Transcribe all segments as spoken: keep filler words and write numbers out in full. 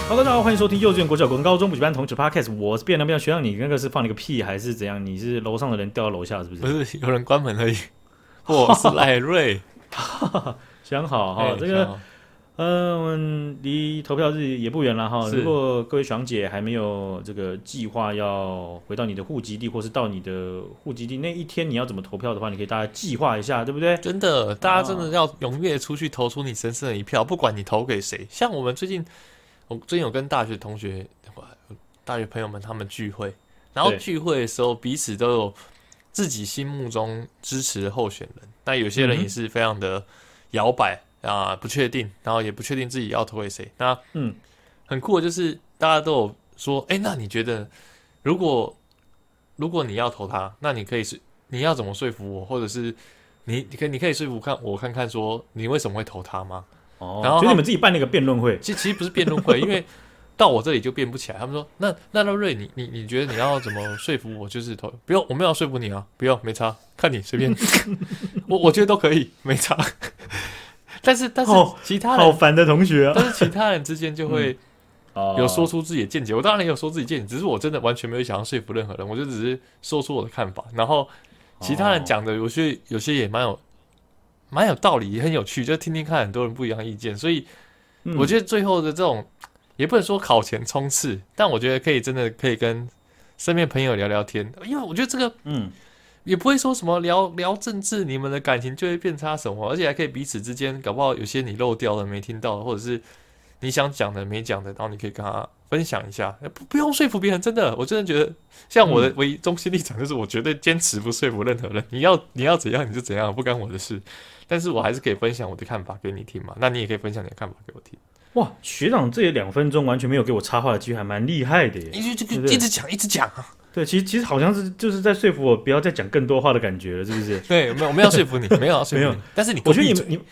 Hello， 大家好，欢迎收听幼稚园、国小、国中、高中补习班同学 Podcast。我是变能不能学长，你那个是放了个屁还是怎样？你是楼上的人掉到楼下是不是？ 不是，有人关门而已。我是赖瑞， 想好哈，这个嗯，离投票日也不远了哈。如果各位学长姐还没有这个计划要回到你的户籍地，或是到你的户籍地那一天你要怎么投票的话，你可以大家计划一下，对不对？ 真的，大家真的要踊跃出去投出你神圣的一票，不管你投给谁。像我们最近。我最近有跟大学同学、大学朋友们他们聚会，然后聚会的时候彼此都有自己心目中支持的候选人。那有些人也是非常的摇摆啊，不确定，然后也不确定自己要投给谁。那嗯，很酷的就是大家都有说，哎、欸，那你觉得如果如果你要投他，那你可以是你要怎么说服我，或者是你你可以你可以说服看我看看说你为什么会投他吗？ 哦，然后所以你们自己办那个辩论会， 其实其实不是辩论会，因为到我这里就辩不起来。他们说，那那那瑞，你你你觉得你要怎么说服我？就是投，不用，我没有要说服你啊，不用，没差，看你随便。我我觉得都可以，没差。但是但是其他人好烦的同学啊， 但是其他人之间就会有说出自己的见解。我当然也有说自己见解，只是我真的完全没有想要说服任何人，我就只是说出我的看法。然后其他人讲的，有些有些也蛮有。蛮有道理，也很有趣，就听听看很多人不一样的意见，所以我觉得最后的这种、嗯、也不能说考前冲刺，但我觉得可以真的可以跟身边朋友聊聊天，因为我觉得这个嗯也不会说什么聊聊政治，你们的感情就会变差什么，而且还可以彼此之间搞不好有些你漏掉了没听到的，或者是你想讲的没讲的，然后你可以跟他分享一下，不不用说服别人，真的，我真的觉得像我的唯一中心立场就是我绝对坚持不说服任何人，你要你要怎样你就怎样，不干我的事。但是我还是可以分享我的看法给你听嘛，那你也可以分享你的看法给我听。 哇，学长这两分钟完全没有给我插话的机会，还蛮厉害的耶！ 你就这个一直讲一直讲啊。 对，其实其实好像是就是在说服我不要再讲更多话的感觉了，是不是？ 对，没有我们要说服你，没有要说服你，但是你我觉得你们你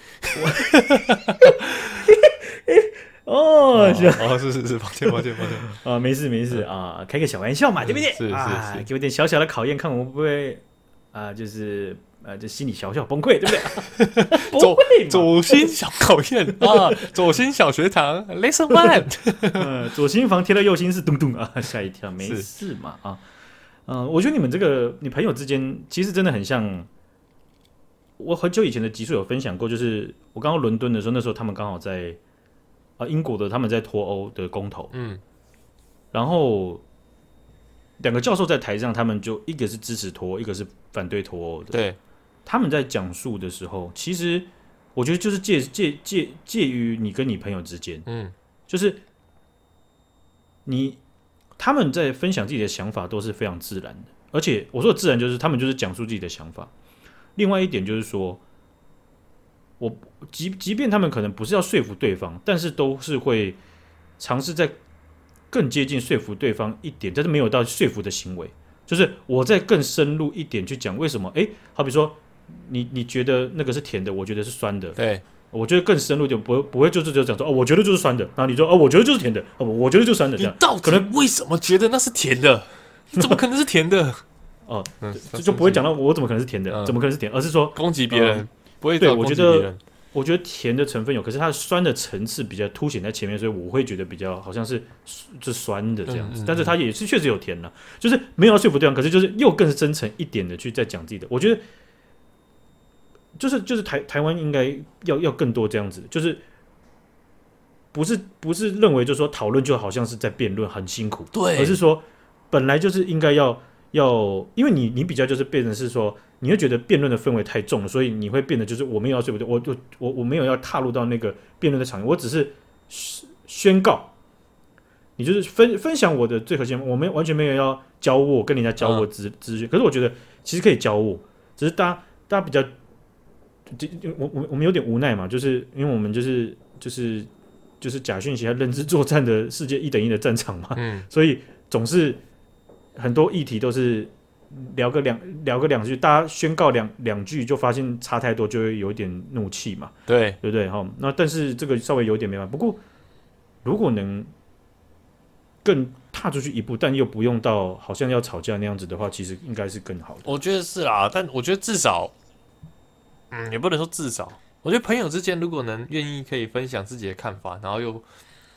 哦， 哦, 哦，是是是，抱歉抱歉抱歉啊、呃，没事没事啊，开个小玩笑嘛，对不对？ 是是是， 啊，给我点小小的考验，看我会不会啊，就是呃，就心里小小崩溃，对不对？ 走走心小考验啊，走心小学堂 ，Lesson One， 呃，左心房贴到右心室，咚咚啊，吓一跳，没事嘛啊，嗯、呃，我觉得你们这个你朋友之间其实真的很像。我很久以前的集数有分享过，就是我刚刚伦敦的时候，那时候他们刚好在。啊，英国的他们在脱欧的公投，嗯，然后两个教授在台上，他们就一个是支持脱欧，一个是反对脱欧的。 对， 他们在讲述的时候，其实我觉得就是介介介介于你跟你朋友之间，嗯，就是你他们在分享自己的想法都是非常自然的，而且我说的自然就是他们就是讲述自己的想法。另外一点就是说。我即即便他们可能不是要说服对方，但是都是会尝试在更接近说服对方一点，但是没有到说服的行为。就是我再更深入一点去讲为什么，哎，好比说你你觉得那个是甜的，我觉得是酸的， 对， 我觉得更深入一点，不会不会就是就讲说哦，我觉得就是酸的，然后你说哦，我觉得就是甜的，哦，我觉得就是酸的，这样你到底可能为什么觉得那是甜的？你怎么可能是甜的？ 哦，嗯、就就不会讲到我怎么可能是甜的，嗯、怎么可能是甜，而是说攻击别人。呃不会对，我觉得，我觉得甜的成分有，可是它的酸的层次比较凸显在前面，所以我会觉得比较好像是是酸的这样子，嗯嗯嗯，但是它也是确实有甜的，就是没有要说服对方，可是就是又更深层一点的去再讲自己的。我觉得，就是就是台台湾应该要要更多这样子，就是不是不是认为就是说讨论就好像是在辩论很辛苦， 对， 而是说本来就是应该要要，因为你你比较就是变成是说。你会觉得辩论的氛围太重了，所以你会变得就是我没有要说服，我我我我没有要踏入到那个辩论的场景，我只是宣告，你就是分分享我的最核心，我们完全没有要教我跟人家教我资资讯，可是我觉得其实可以教我，只是大家大家比较，我我我们有点无奈嘛，就是因为我们就是就是就是假讯息和认知作战的世界一等一的战场嘛，嗯，所以总是很多议题都是。聊个两聊个两句，大家宣告两两句就发现差太多，就会有一点怒气嘛， 对对不对？哈，那但是这个稍微有点没办法。不过如果能更踏出去一步，但又不用到好像要吵架那样子的话，其实应该是更好的。 我觉得是啦，但我觉得至少，嗯，也不能说至少，我觉得朋友之间如果能愿意可以分享自己的看法，然后又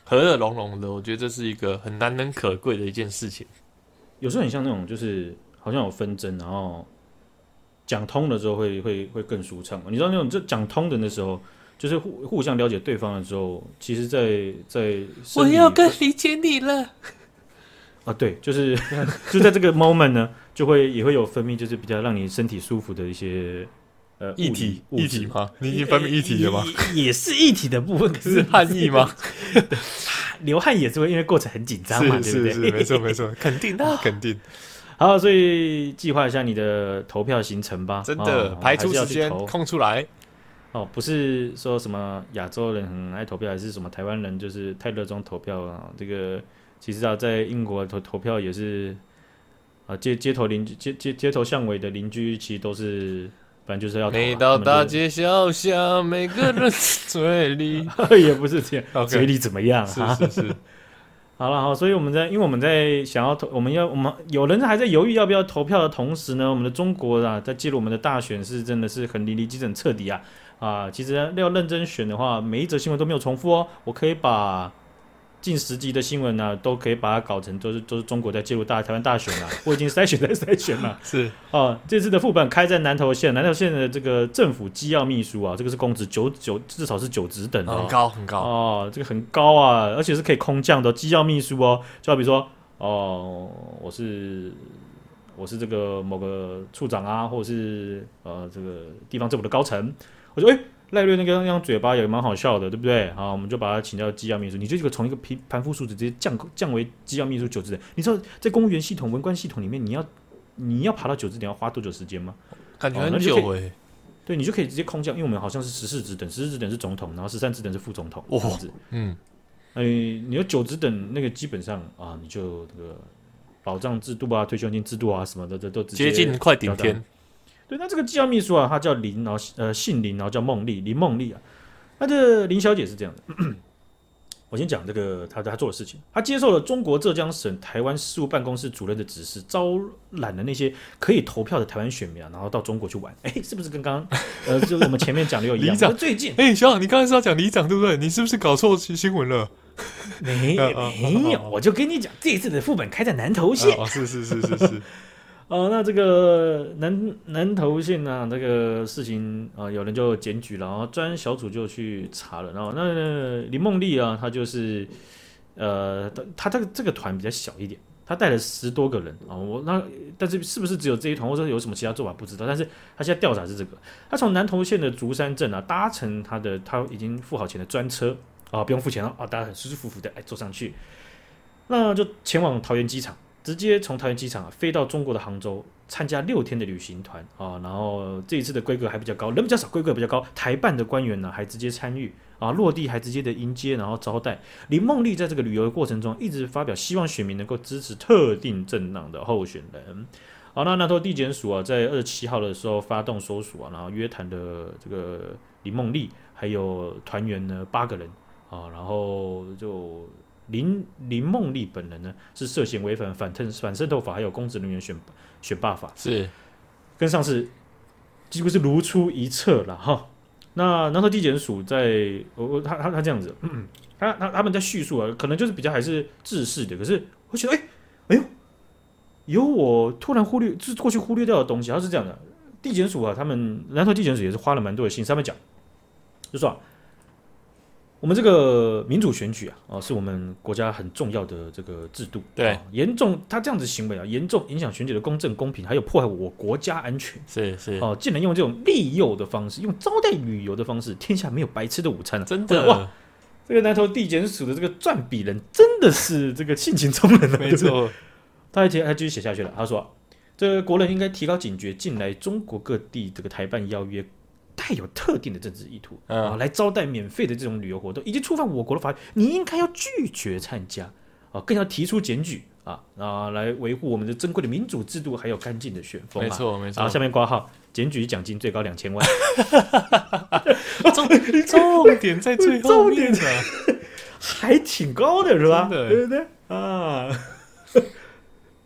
和乐融融的，我觉得这是一个很难能可贵的一件事情。 有时候很像那种就是好像有纷争，然后讲通了之后会会会更舒畅。你知道那种就讲通的那时候，就是互互相了解对方的时候，其实在，在我要更理解你了啊，对，就是就在这个 moment 呢，就会也会有分泌，就是比较让你身体舒服的一些呃液体液体吗？你已经分泌液体了吗？ 也, 也是液体的部分，可是是汗液吗？ 流汗也是会因为过程很紧张嘛， 是对不对？ 是是，没错没错，肯定的，肯定。 好，所以计划一下你的投票行程吧， 真的、哦、排出时间空出来。 哦，不是说什么亚洲人很爱投票，还是什么台湾人就是太热衷投票啊？这个其实啊，在英国投投票也是啊，街街头邻居、街街街头巷尾的邻居，其实都是，反正就是要投、啊。 每到大街小巷，每个人嘴里也不是这样， okay, 嘴里怎么样？ 是是是。 好了，好，所以我们在，因为我们在想要投，我们要，我们有人还在犹豫要不要投票的同时呢，我们的中国啊，在介入我们的大选是真的是很淋漓尽致、很彻底啊啊！其实要认真选的话，每一则新闻都没有重复哦，我可以把近十集的新闻呢、啊，都可以把它搞成都是都是中国在介入大台湾大选了，我已经筛选在筛选了。 是哦，这次的副本开在南投县，南投县的这个政府机要秘书啊，这个是公职九九，至少是九职等的、哦， 很高很高哦，这个很高啊，而且是可以空降的机要秘书哦，就好比说哦，我是我是这个某个处长啊，或者是呃这个地方政府的高层，我说哎。赖瑞那个那张嘴巴也蛮好笑的，对不对？好，我们就把他请到机要秘书，你就从一个盘副数值直接降降为机要秘书九职等。你知道在公务员系统、文官系统里面，你要你要爬到九职等要花多久时间吗？ 感觉很久哎、欸。 对，你就可以直接空降，因为我们好像是十四职等，十四职等是总统，然后十三职等是副总统。 哦，嗯， 哎，你有九职等那个基本上啊，你就这个保障制度啊、退休金制度啊什么的，都直接接近快顶天。 对，那这个机要秘书啊，他叫林，然后呃姓林，然后叫孟丽，林孟丽啊。那这林小姐是这样的，咳咳我先讲这个她她做的事情。她接受了中国浙江省台湾事务办公室主任的指示，招揽了那些可以投票的台湾选民啊，然后到中国去玩。哎，是不是跟刚刚呃，就我们前面讲的有一样？ 里长最近， 哎，小朗，你刚才是要讲里长对不对？你是不是搞错新闻了？ 没没有，我就跟你讲，这一次的副本开在南投县。 哦，是是是是是。 哦，那这个南南投县啊，这个事情啊、呃，有人就检举了，然后专案小组就去查了。然后那林梦丽啊，她就是呃，她这个这个团比较小一点，她带了十多个人啊、哦。我那但是是不是只有这一团，或者有什么其他做法不知道。但是她现在调查是这个，她从南投县的竹山镇啊，搭乘她的她已经付好钱的专车啊、哦，不用付钱了啊，大家很舒舒服服的哎坐上去，那就前往桃园机场。直接从桃园机场、啊、飞到中国的杭州，参加六天的旅行团啊，然后这一次的规格还比较高，人比较少，规格比较高。台办的官员呢还直接参与啊，落地还直接的迎接，然后招待。林梦丽在这个旅游的过程中，一直发表希望选民能够支持特定政党的候选人。好，那南投地检署啊，在二十七号的时候发动搜索啊，然后约谈的这个林梦丽还有团员呢八个人啊，然后就。林林梦丽本人呢是涉嫌违反反反渗透法还有公职人员选选罢法， 是跟上次几乎是如出一辙了哈。那南投地检署在我他他他这样子，嗯、他他他们在叙述啊，可能就是比较还是制式的，可是我觉得哎哎呦，有我突然忽略，就是过去忽略掉的东西。他是这样的，地检署啊，他们南投地检署也是花了蛮多的心，上面讲就说、啊。我们这个民主选举啊，哦，是我们国家很重要的这个制度。 对， 哦、严重他这样子行为啊，严重影响选举的公正公平，还有迫害我国家安全。 是是哦，竟然用这种利诱的方式，用招待旅游的方式，天下没有白吃的午餐啊！ 真的哇，这个南投地检署的这个撰笔人真的是这个性情中人啊， 没错。 他还他继续写下去了，他说：“这个国人应该提高警觉，近来中国各地这个台办邀约。”带有特定的政治意图、嗯、啊，来招待免费的这种旅游活动，已经触犯我国的法律，你应该要拒绝参加啊，更要提出检举啊，啊，来维护我们的珍贵的民主制度，还有干净的选风、啊。 没错，没错。 然后下面挂号，检举奖金最高两千万。 重重点在最后面啊， 还挺高的是吧？ 真的对不对啊？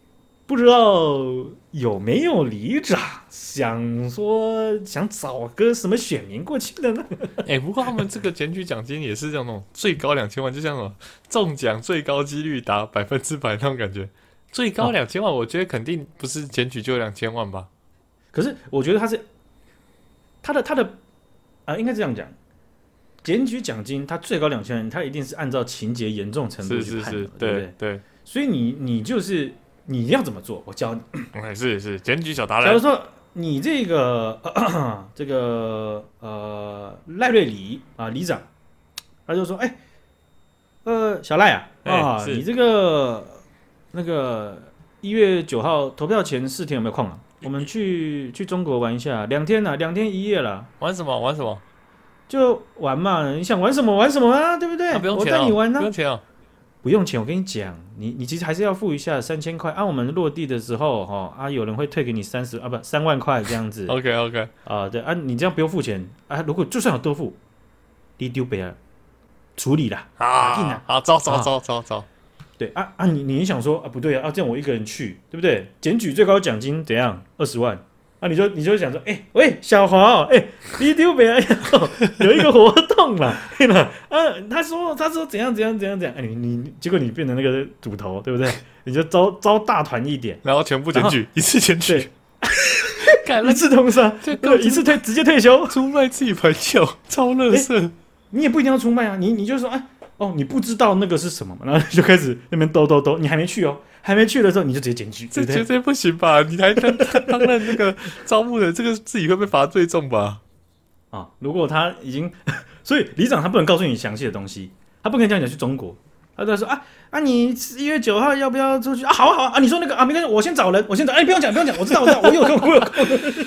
不知道有没有里长想说想找个什么选民过去的呢？ 哎、欸，不过他们这个检举奖金也是这种最高两千万，就像什么中奖最高几率达百分之百那种感觉。最高两千万，我觉得肯定不是检举就两千万吧。 可是我觉得他是他的他的啊、呃，应该这样讲，检举奖金他最高两千万，他一定是按照情节严重程度去判的， 是是是， 对不对对。 所以你你就是你要怎么做？我教你。 嗯，是是，检举小达人。 假如说你这个、呃、这个呃赖瑞里啊里长，他就说，哎、欸，呃小赖啊啊、欸，你这个那个一月九号投票前四天有没有空啊？我们去去中国玩一下，两天啊，两天一夜了。 玩什么？玩什么？ 就玩嘛，你想玩什么玩什么啊，对不对？ 啊、不用钱、哦、 我带你玩啊， 不用钱哦。 不用钱，我跟你讲，你你其实还是要付一下三千块。按、啊、我们落地的时候，哈啊，有人会退给你三十啊，不三万块这样子。 OK OK 啊，对啊，你这样不用付钱啊。如果就算有多付，你丢北啊，处理啦啊，啊好，走走走走走。 对啊啊，你你想说啊，不对啊，啊这样我一个人去，对不对？检举最高奖金怎样？二十万。啊，你就你就想说，哎、欸、喂，小黄，哎、欸，你丢北啊，有一个活动嘛，对吧？啊，他说他说怎样怎样怎样怎样，哎、欸，你你结果你变成那个主头，对不对？你就招招大团一点， 然后全部检举，一次检举， 一次通杀，一次退直接退休， 出卖自己朋友，超垃圾、欸。 你也不一定要出卖啊，你你就说，哎、啊，哦，你不知道那个是什么嘛，然后就开始那边兜兜兜，你还没去哦。还没去的时候，你就直接检举， 这绝对不行吧？你还当当任那个招募人，这个自己会被罚最重吧？ 啊，如果他已经，所以里长他不能告诉你详细的东西，他不可以叫你去中国，他就说啊啊，你一月九号要不要出去啊？好啊好啊，啊你说那个啊，没关系，我先找人，我先找，哎，不用讲不用讲，我知道我知道，我有空我有空。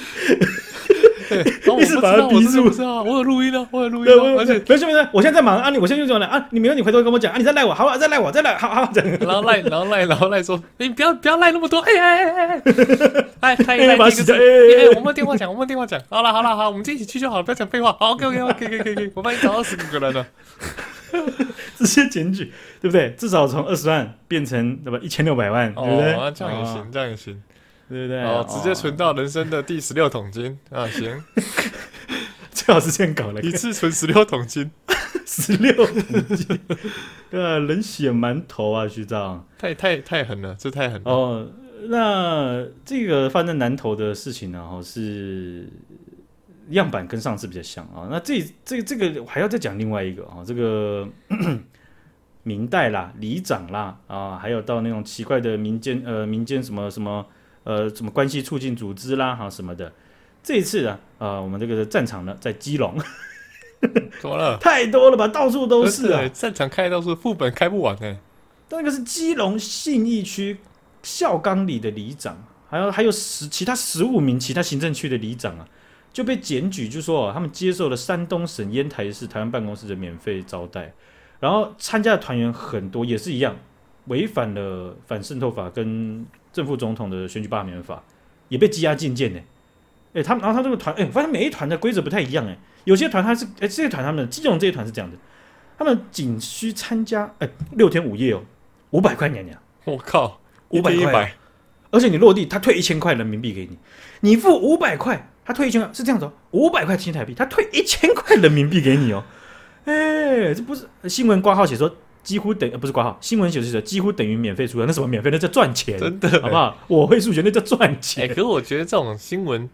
一直把他逼住， 我有录音了，我有录音了，而且没事没事，我现在在忙啊，你我现在就走了啊，你没有你回头跟我讲啊，你再赖我，好啊，再赖我，再赖，好好这样， 然后赖，然后赖，然后赖说，你不要不要赖那么多，哎哎哎哎，哎他也赖把洗掉，哎哎，我们电话讲，我们电话讲，好了好了好，我们一起去就好了，不要讲废话，好 OK OK OK OK OK， 我帮你找到十五个人了， 直接检举，对不对？至少从二十万变成对吧一千六百万，对不对？ 哦，这样也行，这样也行。 对不对？ 哦，直接存到人生的第十六桶金啊，行， 最好是这样搞了， 一次存十六桶金， 十六桶金，对啊，人血馒头啊，徐长， 太太太狠了，这太狠了。 哦，那这个发生南投的事情呢，哦，是样板跟上次比较像啊。那这这这个还要再讲另外一个啊，这个明代啦、里长啦啊，还有到那种奇怪的民间呃民间什么什么。呃，什么关系促进组织啦，哈什么的。这一次啊，呃，我们这个战场呢在基隆， 怎么了？ 太多了吧，到处都是啊， 战场开到是副本开不完哎。 那个是基隆信义区孝冈里的里长，还有还有十其他十五名其他行政区的里长啊，就被检举，就说、哦、他们接受了山东省烟台市台湾办公室的免费招待，然后参加的团员很多，也是一样，违反了反渗透法跟正副总统的选举罢免法，也被羁押禁见呢。哎，他们然后他这个团，哎，我发现每一团的规则不太一样哎。有些团他是，哎，这些团他们基隆这些团是这样的，他们仅需参加，哎，六天五夜哦，五百块娘娘。 我靠， 五百块，而且你落地，他退一千块人民币给你，你付五百块，他退一千块，是这样子哦，五百块新台币，他退一千块人民币给你哦。哎，这不是新闻挂号写说。几乎等、呃、不是挂号，新闻写的几乎等于免费出来，那什么免费？那叫赚钱， 真的， 好不好？我会数学，那叫赚钱。 哎、欸，可是我觉得这种新闻，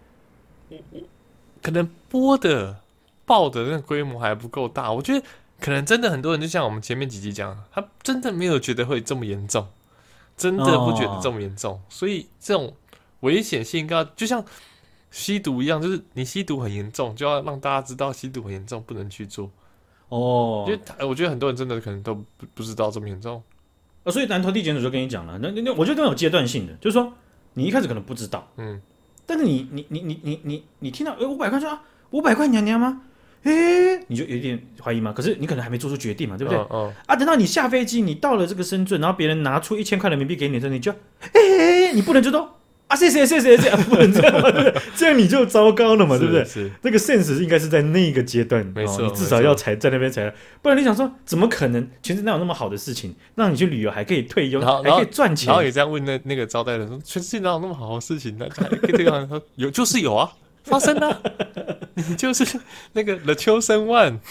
可能播的、报的那个规模还不够大。我觉得可能真的很多人，就像我们前面几集讲，他真的没有觉得会这么严重，真的不觉得这么严重。哦、所以这种危险性，就像吸毒一样，就是你吸毒很严重，就要让大家知道吸毒很严重，不能去做。哦，因为我觉得很多人真的可能都 不, 不知道这么严重、 啊，所以南投地检署就跟你讲了，那那我觉得这种有阶段性的，就是说你一开始可能不知道，嗯，但是你你你你你你你听到呃五百块说啊五百块娘娘吗？哎，你就有点怀疑嘛。可是你可能还没做出决定嘛，对不对？哦哦啊，等到你下飞机，你到了这个深圳，然后别人拿出一千块人民币给你的时候，你就哎，你不能就说啊，谢谢谢谢谢谢，不能这样嘛，对不对？这样你就糟糕了嘛，对不对？ 是那个 sense 应该是在那个阶段， 没错、 哦，你至少要踩在那边踩，不然你想说，怎么可能？全世界哪有那么好的事情，让你去旅游还可以退休，还可以赚钱？ 然后也这样问那那个招待人说，全世界哪有那么好的事情？那还可以这样说，有就是有啊，发生了，你就是那个 The Chosen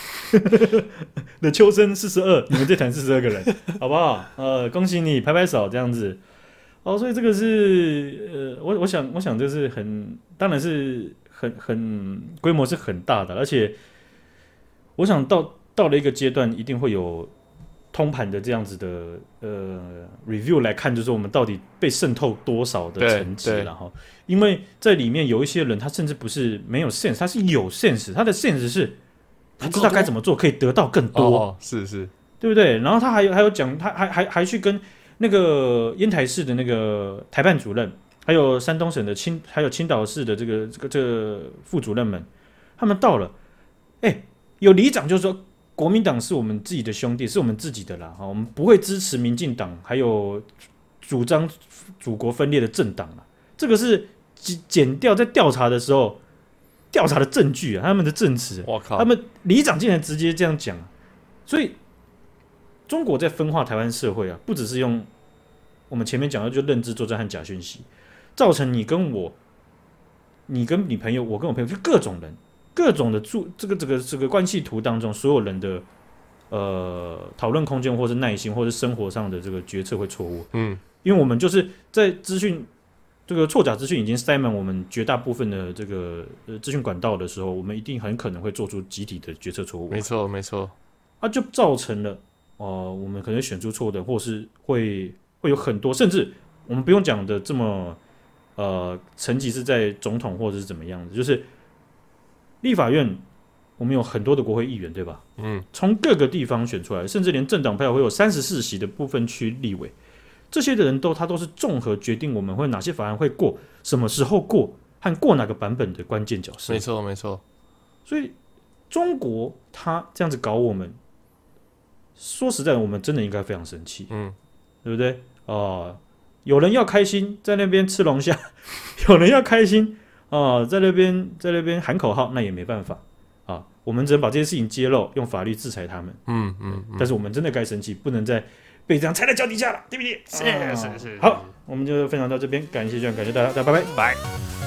One，The Chosen 四十二，你们这团四十二个人，好不好？呃，恭喜你，拍拍手，这样子。哦，所以这个是呃，我我想我想这是很，当然是很很规模是很大的，而且我想到到了一个阶段，一定会有通盘的这样子的呃 review 来看，就是我们到底被渗透多少的层级了哈。因为在里面有一些人，他甚至不是没有 sense， 他是有 sense， 他的 sense 是他知道该怎么做，可以得到更多， 哦、是是， 对不对？然后他还有还有讲，他还还还去跟那个烟台市的那个台办主任，还有山东省的青，还有青岛市的这个这个这个副主任们，他们到了，哎，有里长就说，国民党是我们自己的兄弟，是我们自己的啦，我们不会支持民进党，还有主张祖国分裂的政党啦。这个是检调在调查的时候调查的证据啊，他们的证词， 我靠， 他们里长竟然直接这样讲，所以。中国在分化台湾社会啊，不只是用我们前面讲的就认知作战和假讯息，造成你跟我、你跟你朋友、我跟我朋友，就各种人、各种的注这个这个这个关系图当中，所有人的呃讨论空间，或是耐心，或是生活上的这个决策会错误。 嗯， 因为我们就是在资讯这个错假资讯已经塞满我们绝大部分的这个呃资讯管道的时候，我们一定很可能会做出集体的决策错误。 没错，没错， 啊，就造成了。哦、呃，我们可能选出错的，或是会会有很多，甚至我们不用讲的这么呃层级是在总统或者是怎么样的，就是立法院我们有很多的国会议员，对吧？ 嗯， 从各个地方选出来，甚至连政党票会有三十四席的部分区立委，这些的人都他都是综合决定我们会哪些法案会过，什么时候过，和过哪个版本的关键角色。 没错，没错。 所以中国他这样子搞我们。说实在的，我们真的应该非常生气， 嗯， 对不对？哦、呃，有人要开心在那边吃龙虾，有人要开心啊、呃，在那边在那边喊口号，那也没办法啊。我们只能把这些事情揭露，用法律制裁他们。 嗯嗯, 嗯。 但是我们真的该生气，不能再被这样踩在脚底下了，对不对？ 是是是。 好，我们就分享到这边，感谢这样，感谢大家，大家拜拜， 拜。